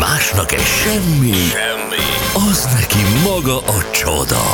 Másnak egy semmi, az neki maga a csoda.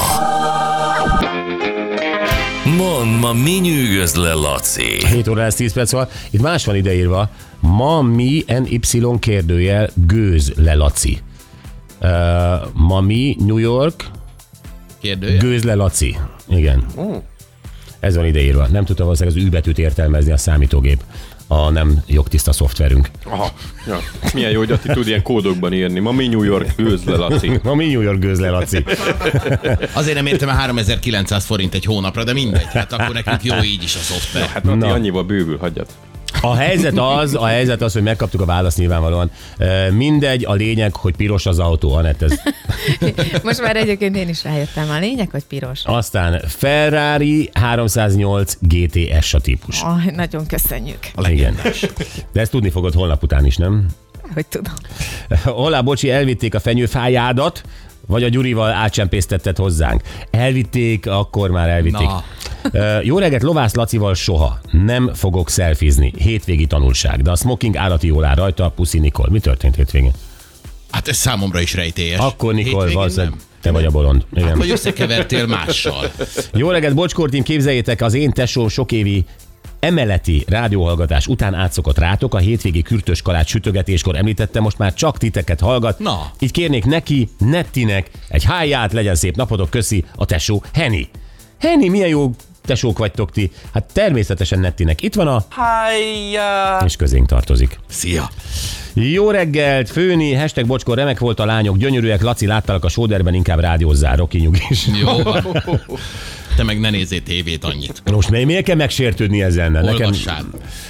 Mondd, ma mi nyűgöz le, Laci? 7 óra lesz 10 perc, szóval itt más van ideírva. Ma mi NY kérdőjel gőz le, Laci. Ma mi New York Kérdőjel? gőz le, Laci. Igen. Ez van ideírva. Nem tudta valószínűleg az ű betűt értelmezni a számítógép. A nem jogtiszta szoftverünk. Aha. Ja. Milyen jó, hogy Ati tud ilyen kódokban írni. Ma mi New York gőz le, Laci. Ma mi New York gőz le, Laci. Azért nem értem 3900 forint egy hónapra, de mindegy. Hát akkor nekünk jó így is a szoftver. Hát Ati annyival bővül, hagyjad. A helyzet az, hogy megkaptuk a választ nyilvánvalóan. Mindegy, a lényeg, hogy piros az autó, Anett, ez. Most már egyébként én is rájöttem. A lényeg, hogy piros. Aztán Ferrari 308 GTS a típus. Nagyon köszönjük. Igen. De ezt tudni fogod holnap után is, nem? Hogy tudom. Hollá, bocsi, elvitték a fenyőfájádat, vagy a Gyurival átcsempésztetted hozzánk. Elvitték, akkor már elvitték. Jó reggelt, Lovász Lacival soha. Nem fogok szelfizni. Hétvégi tanulság. De a smoking állati jól áll rajta, puszi Nikol. Mi történt hétvégén? Hát ez számomra is rejtélyes. Akkor Nikol, valószínűleg nem. te vagy a bolond. Igen. Hát, hogy összekevertél mással. Jó reggelt, Bocskortim, képzeljétek, az én tesóm sok évi emeleti rádióhallgatás után átszokott rátok, a hétvégi kürtös kalács sütögetéskor említette, most már csak titeket hallgat. Na. Így kérnék neki, Nettinek egy háját, legyen szép napotok, köszi a tesó Henny. Henny, milyen jó tesók vagytok ti. Hát természetesen Nettinek itt van a hájá, és közénk tartozik. Szia! Jó reggelt, Főni, #Bocskor, remek volt a lányok, gyönyörűek, Laci, láttalak a sóderben, inkább rádiózzál, Rocky nyugis. Jó van. Te meg ne nézzél tévét annyit. Most miért kell megsértődni ezzel? Olvassál.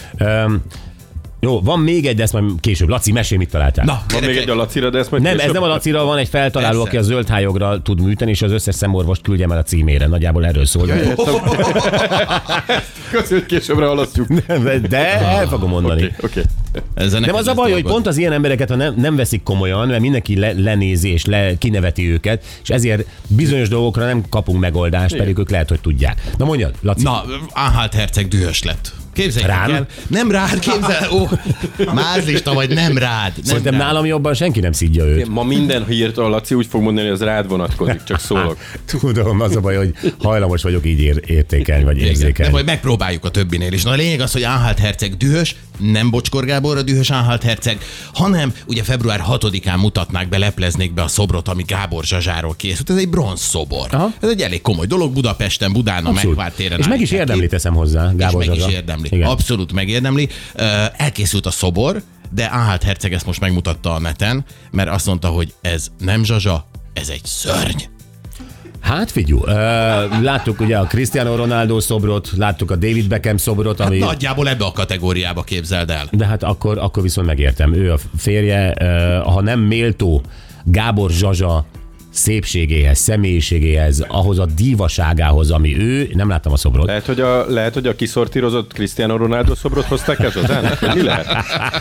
Jó, van még egy, de ezt majd később. Laci, mesélj, mit találtál? Na, Van még egy a Lacira, de ezt majd Nem, később. ez nem a Lacira, van egy feltaláló, Persze. aki a zöldhájogra tud műteni, és az összes szemorvost küldjem el a címére. Nagyjából erről szól. Köszönjük, hogy későbbre halasztjuk. De el fogom mondani. Oké. Nem az a baj, hogy pont az ilyen embereket, ha nem veszik komolyan, mert mindenki lenézi és kineveti őket, és ezért bizonyos dolgokra nem kapunk megoldást, pedig ők lehet, hogy tudják. Na mondjad, Laci. Na, Anhalt herceg dühös lett. Képzeljük Rám? el. Nem rád, képzel. Ó, mázlista vagy, nem rád. Nem Szerintem rád. nálam jobban senki nem szidja őt. Ma minden hírt a Laci úgy fog mondani, hogy az rád vonatkozik, csak szólok. Tudom, az a baj, hogy hajlamos vagyok így értékelni, vagy Igen, érzékelni. de majd megpróbáljuk a többinél is. Na a lényeg az, hogy Anhalt herceg dühös, nem Bocskor Gábor a dühös Anhalt herceg, hanem ugye február 6-án mutatnák be, lepleznék be a szobrot, ami Gábor Zsazsáról készült. Ez egy bronzszobor. Aha. Ez egy elég komoly dolog, Budapesten, Budán, a Abszolút. Megvárt téren. És meg is állítják érdemli, ki. teszem hozzá, Gábor És meg Zsazsa. is érdemli. Igen. Abszolút megérdemli. Elkészült a szobor, de Anhalt herceg ezt most megmutatta a neten, mert azt mondta, hogy ez nem Zsazsa, ez egy szörny. Hát figyelj, láttuk ugye a Cristiano Ronaldo szobrot, láttuk a David Beckham szobrot, ami... Nagyjából ebbe a kategóriába képzeld el. De hát akkor viszont megértem. Ő a férje, ha nem méltó Gábor Zsazsa szépségéhez, személyiségéhez, ahhoz a dívaságához, ami ő, nem láttam a szobrot. Lehet, hogy a kiszortírozott Cristiano Ronaldo szobrot hozták ezután? Mi lehet?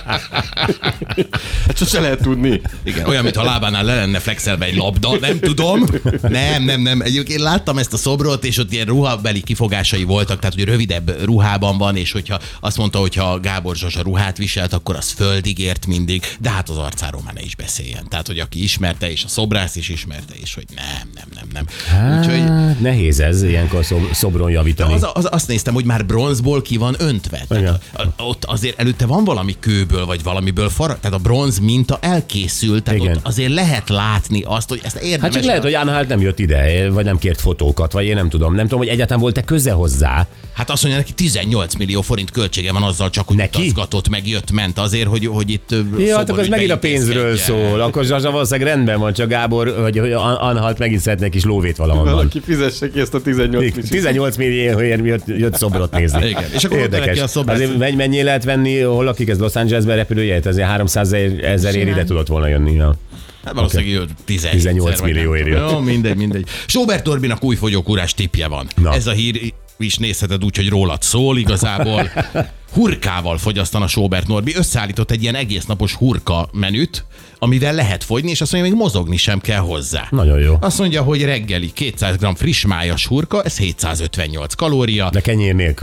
Hát sose lehet tudni. Igen, olyan, mintha a lábánál le lenne flexelve egy labda, nem tudom. Nem. Egyébként láttam ezt a szobrot, és ott ilyen ruhabeli kifogásai voltak, tehát hogy rövidebb ruhában van, és hogyha azt mondta, hogy ha Gábor Zsazsa ruhát viselt, akkor az földig ért mindig, de hát az arcáról már ne is beszéljen. Tehát, hogy aki ismerte, és a szobrász is ismerte, és hogy nem. Hát, Úgyhogy nehéz ez ilyenkor szobron javítani. azt néztem, hogy már bronzból ki van öntve. Tehát ott azért előtte van valami kőből, vagy valamiből farag. Tehát a bronz minta elkészült, tehát Igen. ott azért lehet látni azt, hogy ezt érdemes. Hát csak lehet, hogy Anhalt nem jött ide, vagy nem kért fotókat, vagy én nem tudom. Nem tudom, hogy egyáltalán volt-e köze hozzá. Hát azt mondja, neki 18 millió forint költsége van azzal csak, hogy Neki? utazgatott, meg ment azért, hogy itt Ja, hát akkor ez megint a pénzről szól. Akkor Zsazsa valószínűleg rendben van, csak Gábor, hogy Anhalt megint szeretne kis lóvét valahonnan. Valaki fizesse ki ezt a 18 milliót. 18 millióért jött szobrot nézni. Igen. És akkor mondta neki a szobrász, Azért mennyi lehet venni, hol lakik ez Los Angelesben repülőjegyet? Ezért 300 000 ér ide tudott volna jönni. Ja. Hát valószínűleg 18 millióért jött. Jó, mindegy. Sobert Norbinak új fogyókúrás tippje van. Na. Ez a hír is nézheted úgy, hogy rólad szól igazából. Hurkával fogyasztana Sobert Norbi. Összeállított egy ilyen egésznapos hurka menüt, amivel lehet fogyni, és azt mondja, még mozogni sem kell hozzá. Nagyon jó. Azt mondja, hogy reggeli 200 g friss májas hurka, ez 758 kalória. De kenyér nélkül.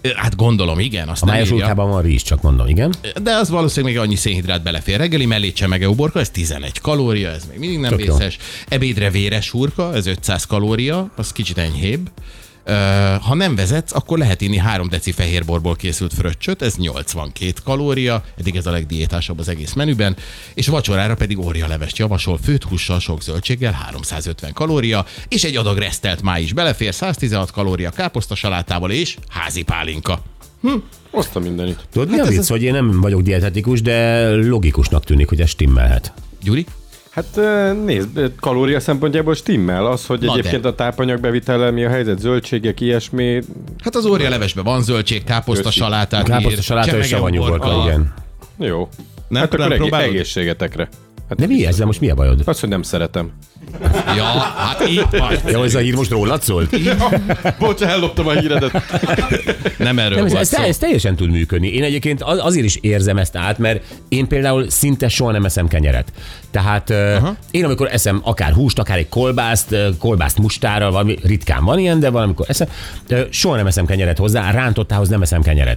Hát gondolom, igen. Azt A nem májos írja. hurkában van rizs, csak mondom, igen. De az valószínűleg még annyi szénhidrát belefér. Reggeli mellé csemege uborka, ez 11 kalória, ez még mindig nem Tök jó. vészes. Ebédre véres hurka, ez 500 kalória, az kicsit enyhébb. Ha nem vezetsz, akkor lehet inni 3 deci fehérborból készült fröccsöt, ez 82 kalória, eddig ez a legdiétásabb az egész menüben, és vacsorára pedig órialevest javasol, főtt hússal, sok zöldséggel, 350 kalória, és egy adag resztelt máj is belefér, 116 kalória káposzta salátával és házi pálinka. Azt a mindenit. Tudod, mi a vicc, hogy én nem vagyok dietetikus, de logikusnak tűnik, hogy ez stimmelhet. Gyuri? Hát nézd, kalória szempontjából stimmel az, hogy Na egyébként a tápanyagbevitellel mi a helyzet, zöldségek, ilyesmi. Hát az órialevesben van zöldség, káposzta Köszi. salátát Káposzta ír, salátá és csemege savanyú uborka. uborka, igen. Jó. Nem Hát akkor próbálod? egészségetekre. Hát De mi ezzel most mi a bajod? az, hogy nem szeretem. Ja, hát így van. Ja, ez a hír most rólad szólt? Bocs, elloptam a híredet. Nem erről Nem, volt szó. ez teljesen tud működni. Én egyébként azért is érzem ezt át, mert én például szinte soha nem eszem kenyeret. Tehát én amikor eszem akár húst, akár egy kolbászt mustárral, valami ritkán van ilyen, de valamikor eszem, soha nem eszem kenyeret hozzá, rántottához nem eszem kenyeret.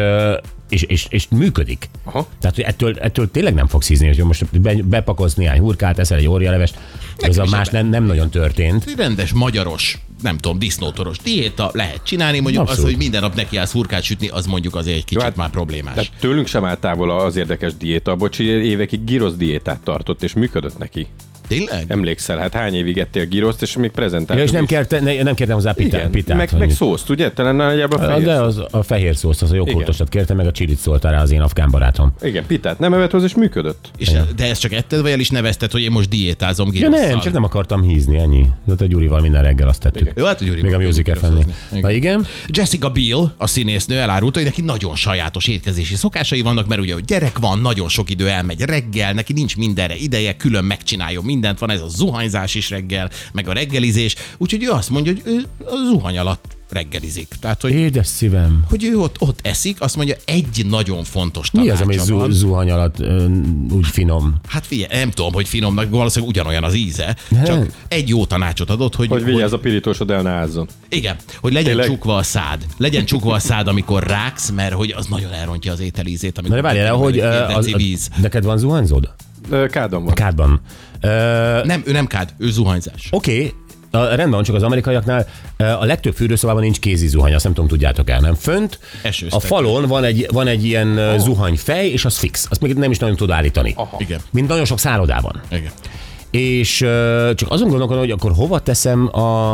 És működik. Aha. Tehát hogy ettől tényleg nem fogsz hízni, hogy most bepakolsz néhány hurkát, eszel egy órialevest, ez a is más nem nagyon történt. Egy rendes, magyaros, nem tudom, disznótoros diéta lehet csinálni, mondjuk Abszolút. az, hogy minden nap nekiállsz hurkát sütni, az mondjuk azért egy kicsit hát, már problémás. Tehát tőlünk sem áll távol az érdekes diéta. Bocsi, évekig gyrosz diétát tartott, és működött neki. Tényleg? Emlékszel, hát hány évig ettél gyrószt, és még Ja, prezentáltuk és nem is. kértem hozzá Igen, pitát. meg szószt, ugye? Talán nagyjából fehér De szószt. az a fehér szószt, az a jogurtosat kérte, meg a csilit szóltál rá az én afgán barátom. Igen, pitát nem evett hozzá, és működött. És, de ezt csak etted, vagy el is nevezted, hogy én most diétázom Ja gyrosszal? nem, csak nem akartam hízni, ennyi. De a Gyurival minden reggel azt tettük. Jó, hát Gyuri Még a Music FM-nél. Na igen? Jessica Biel, a színésznő elárulta, hogy neki nagyon sajátos étkezési szokásai vannak, mert ugye, hogy gyerek van, nagyon sok idő elmegy reggel, neki nincs mindenre ideje, külön megcsináljon mindent, van ez a zuhanyzás is reggel, meg a reggelizés, úgyhogy ő azt mondja, hogy ő a zuhany alatt reggelizik. Tehát, Édes szívem. hogy ő ott eszik, azt mondja, egy nagyon fontos Mi tanácsa az, ami van. zuhany alatt úgy finom? Hát figyelj, nem tudom, hogy finomnak, valószínűleg ugyanolyan az íze, csak egy jó tanácsot adott, Hogy vigyázz a pirítósod el ne ázzon. igen, hogy legyen Tényleg? csukva a szád. Legyen csukva a szád, amikor ráksz, mert hogy az nagyon elrontja az ételízét. Na de várjál, hogy víz. neked van zuhanyzód? Kádon van. Kádban. Nem, ő nem kád, ő zuhanyzás. Oké, rendben van, csak az amerikaiaknál a legtöbb fürdőszobában nincs kézi zuhany, azt nem tudom, tudjátok el, nem? Fönt Esőztek. a falon van egy ilyen zuhanyfej, és az fix. Azt még nem is nagyon tud állítani. Igen. Mint nagyon sok szállodában. Igen. És csak azon gondolkodom, hogy akkor hova teszem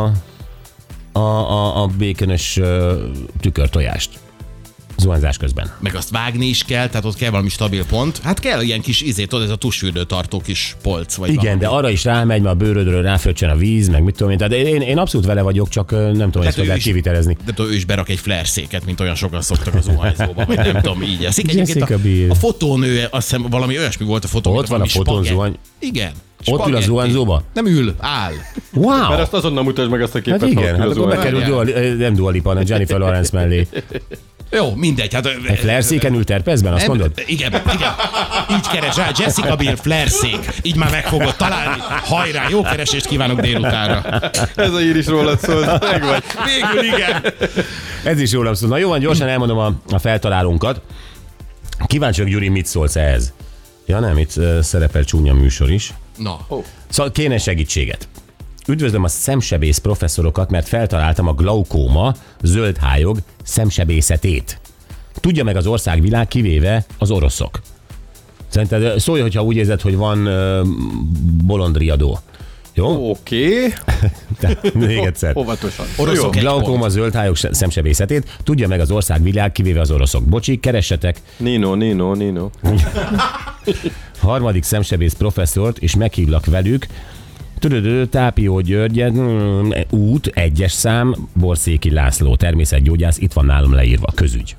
a békönös tükörtojást zuhanyzás közben. Meg azt vágni is kell, tehát ott kell valami stabil pont. Hát kell ilyen kis ez a tusfürdő tartó kis polc. Vagy Igen, valami. de arra is rámegy, mert a bőrödről ráfröccsen a víz, meg mit tudom én. Tehát én abszolút vele vagyok, csak nem tudom, ezt ő hogy lehet is- kivitelezni. De tudom, ő is berak egy flerszéket, mint olyan sokan szoktak az zuhanyzóba, vagy nem tudom, így eszik. Jessica Biel. A fotónő, azt hiszem valami olyasmi volt a fotó. Ott mint van a valami fotón spagetti. zuhany. Igen. Ott ül a Spagetti. zuhanyzóba? Nem ül, áll. Wow! Mert azt azonnal mutasd meg azt a képet, Hát igen, ha hát ott ül akkor a zuhany. bekerül nem Dua Lipa, hanem Jennifer Lawrence mellé. Jó, mindegy. Hát, Egy flerszéken ül terpezben, azt mondod? Igen. Így keres rá, Jessica Biel flerszék. Így már meg fogod találni. Hajrá, jó keresést kívánok délutánra. Ez a hír is rólad szól, meg vagy. Végül igen. Ez is rólam szól. Na jó van, gyorsan elmondom a feltalálónkat. Kíváncsi vagyok, Gyuri, mit szólsz ehhez? Ja nem, itt szerepel csúnya műsor is. Na, Szóval kéne segítséget. Üdvözlöm a szemsebész professzorokat, mert feltaláltam a glaukóma, zöldhályog szemsebészetét. Tudja meg az országvilág, kivéve az oroszok. Szerinted szólj, hogyha úgy érzed, hogy van bolondriadó. Jó? Oké. Még egyszer. Óvatosan. Oroszok Jó. egy Glaukóma, zöldhályog szemsebészetét. Tudja meg az országvilág, kivéve az oroszok. Bocsi, keressetek Nino. harmadik szemsebész professzort, és meghívlak velük. Tápió György, út, 1-es szám, Borszéki László, természetgyógyász, itt van nálam leírva, közügy.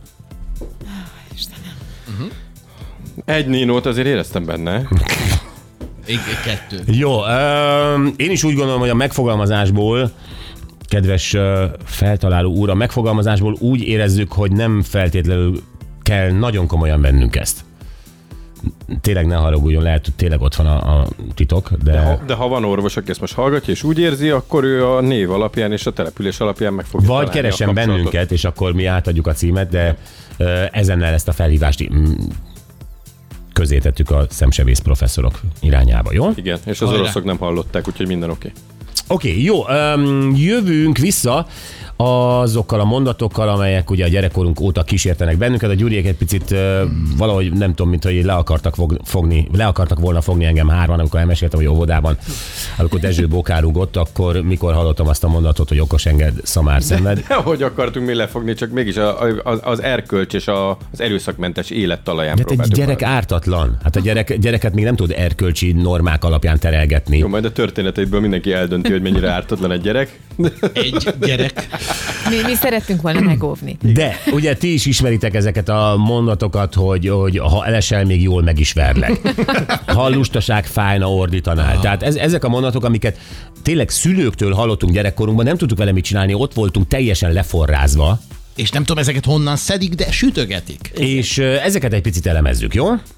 Egy Ninót azért éreztem benne. kettő. Jó, én is úgy gondolom, hogy a megfogalmazásból, kedves feltaláló úr, a megfogalmazásból úgy érezzük, hogy nem feltétlenül kell nagyon komolyan vennünk ezt. tényleg ne haragudjon, lehet, hogy tényleg ott van a titok, De ha van orvos, aki ezt most hallgatja és úgy érzi, akkor ő a név alapján és a település alapján meg fogja vagy találni keresen a kapcsolatot. bennünket, és akkor mi átadjuk a címet, de ezennel ezt a felhívást közé tettük a szemsebész professzorok irányába, jó? Igen, és az Hajrá. oroszok nem hallották, úgyhogy minden oké. Oké, jó, jövünk vissza azokkal a mondatokkal, amelyek ugye a gyerekkorunk óta kísértenek bennünket. A Gyuriék egy picit valahogy nem tudom, mint hogy le akartak volna fogni engem hárman, amikor elmeséltem, hogy óvodában, amikor Dezső bokárugott, akkor mikor hallottam azt a mondatot, hogy okos enged, szamár szenved. De hogy akartunk mi lefogni, csak mégis az erkölcs és az erőszakmentes élet talaján De egy próbáltuk gyerek maradni. ártatlan. Hát a gyereket még nem tud erkölcsi normák alapján terelgetni. Jó, majd a történeteidből mindenki eldönti, hogy mennyire ártatlan egy gyerek. Egy gyerek. Mi szerettünk volna megóvni. De ugye ti is ismeritek ezeket a mondatokat, hogy ha elesel, még jól meg is verlek. Ha lustaság fájna, ordítanál. Tehát ezek a mondatok, amiket tényleg szülőktől hallottunk gyerekkorunkban, nem tudtuk vele mit csinálni, ott voltunk teljesen leforrázva, És nem tudom, ezeket honnan szedik, de sütögetik. és ezeket egy picit elemezzük, jó?